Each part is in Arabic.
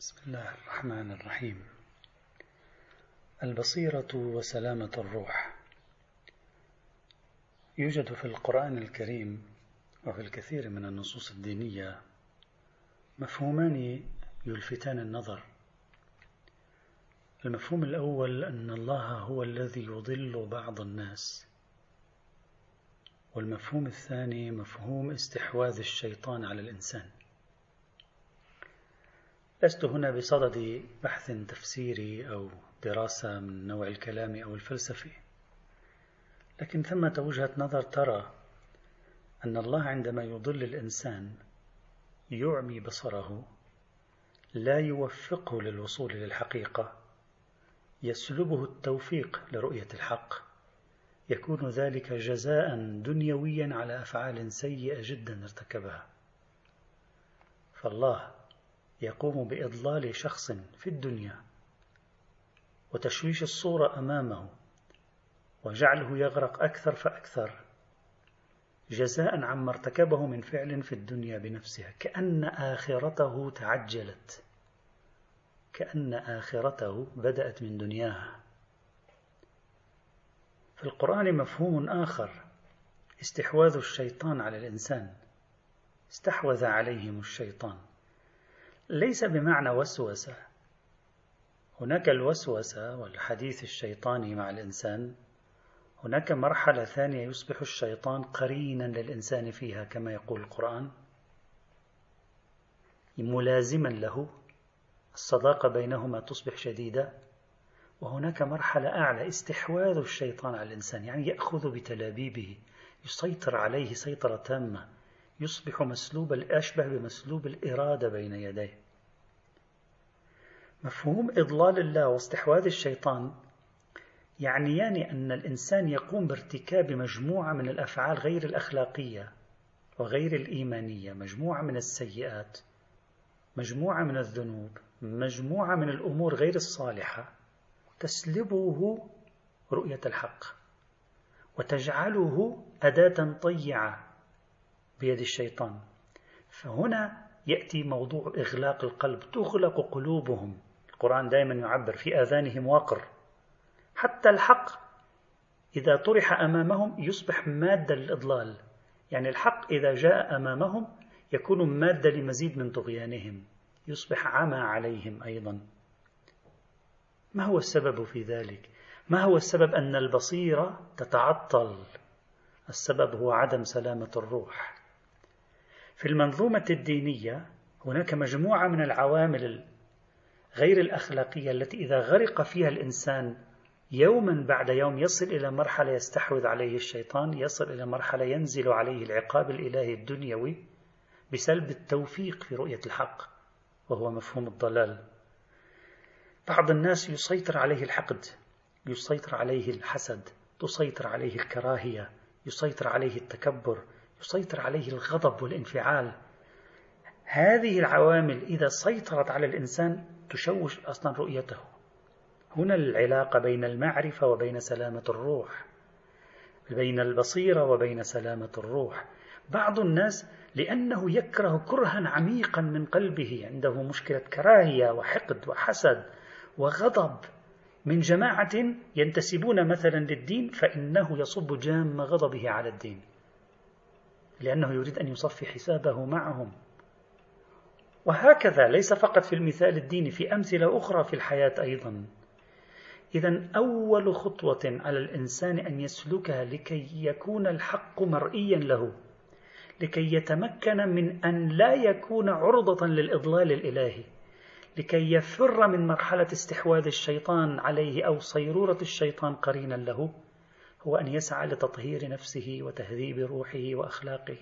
بسم الله الرحمن الرحيم. البصيرة وسلامة الروح. يوجد في القرآن الكريم وفي الكثير من النصوص الدينية مفهومان يلفتان النظر. المفهوم الأول أن الله هو الذي يضل بعض الناس، والمفهوم الثاني مفهوم استحواذ الشيطان على الإنسان. لست هنا بصدد بحث تفسيري أو دراسة من نوع الكلام أو الفلسفي، لكن ثمة وجهة نظر ترى أن الله عندما يضل الإنسان يعمي بصره، لا يوفقه للوصول للحقيقة، يسلبه التوفيق لرؤية الحق، يكون ذلك جزاء دنيويا على أفعال سيئة جدا ارتكبها. فالله يقوم بإضلال شخص في الدنيا وتشويش الصورة أمامه وجعله يغرق أكثر فأكثر جزاء عما ارتكبه من فعل في الدنيا بنفسها، كأن آخرته تعجلت، كأن آخرته بدأت من دنياها. في القرآن مفهوم آخر، استحواذ الشيطان على الإنسان. استحوذ عليهم الشيطان، ليس بمعنى وسوسة. هناك الوسوسة والحديث الشيطاني مع الإنسان، هناك مرحلة ثانية يصبح الشيطان قرينا للإنسان فيها كما يقول القرآن، ملازما له، الصداقة بينهما تصبح شديدة. وهناك مرحلة أعلى، استحواذ الشيطان على الإنسان، يعني يأخذ بتلابيبه، يسيطر عليه سيطرة تامة، يصبح مسلوب الأشبه بمسلوب الإرادة بين يديه. مفهوم إضلال الله واستحواذ الشيطان يعنيان أن الإنسان يقوم بارتكاب مجموعة من الأفعال غير الأخلاقية وغير الإيمانية، مجموعة من السيئات، مجموعة من الذنوب، مجموعة من الأمور غير الصالحة، تسلبه رؤية الحق وتجعله أداة طيعة بيد الشيطان. فهنا يأتي موضوع إغلاق القلب، تغلق قلوبهم. القرآن دائما يعبر في آذانهم وقر، حتى الحق إذا طرح أمامهم يصبح مادة للإضلال، يعني الحق إذا جاء أمامهم يكون مادة لمزيد من طغيانهم، يصبح عمى عليهم أيضا. ما هو السبب في ذلك؟ ما هو السبب أن البصيرة تتعطل؟ السبب هو عدم سلامة الروح. في المنظومة الدينية هناك مجموعة من العوامل غير الأخلاقية التي إذا غرق فيها الإنسان يوما بعد يوم يصل إلى مرحلة يستحوذ عليه الشيطان، يصل إلى مرحلة ينزل عليه العقاب الإلهي الدنيوي بسلب التوفيق في رؤية الحق، وهو مفهوم الضلال. بعض الناس يسيطر عليه الحقد، يسيطر عليه الحسد، تسيطر عليه الكراهية، يسيطر عليه التكبر، يسيطر عليه الغضب والانفعال. هذه العوامل إذا سيطرت على الإنسان تشوش أصلا رؤيته. هنا العلاقة بين المعرفة وبين سلامة الروح، بين البصيرة وبين سلامة الروح. بعض الناس لأنه يكره كرها عميقا من قلبه، عنده مشكلة كراهية وحقد وحسد وغضب من جماعة ينتسبون مثلا للدين، فإنه يصب جام غضبه على الدين لأنه يريد أن يصفي حسابه معهم. وهكذا ليس فقط في المثال الديني، في أمثلة أخرى في الحياة أيضا. إذن أول خطوة على الإنسان أن يسلكها لكي يكون الحق مرئيا له، لكي يتمكن من أن لا يكون عرضة للإضلال الإلهي، لكي يفر من مرحلة استحواذ الشيطان عليه أو صيرورة الشيطان قرينا له، هو أن يسعى لتطهير نفسه وتهذيب روحه وأخلاقه.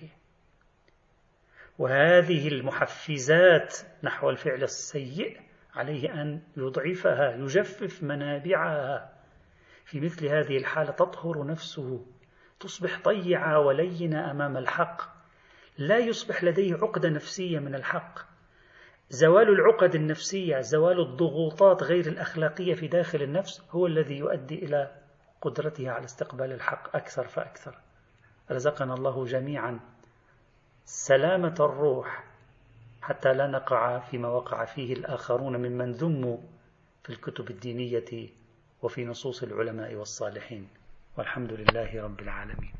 وهذه المحفزات نحو الفعل السيء عليه أن يضعفها، يجفف منابعها. في مثل هذه الحالة تطهر نفسه، تصبح طيعة ولينة أمام الحق، لا يصبح لديه عقدة نفسية من الحق. زوال العقد النفسية، زوال الضغوطات غير الأخلاقية في داخل النفس هو الذي يؤدي إلى قدرتها على استقبال الحق أكثر فأكثر. رزقنا الله جميعا سلامة الروح حتى لا نقع فيما وقع فيه الآخرون ممن ذموا في الكتب الدينية وفي نصوص العلماء والصالحين. والحمد لله رب العالمين.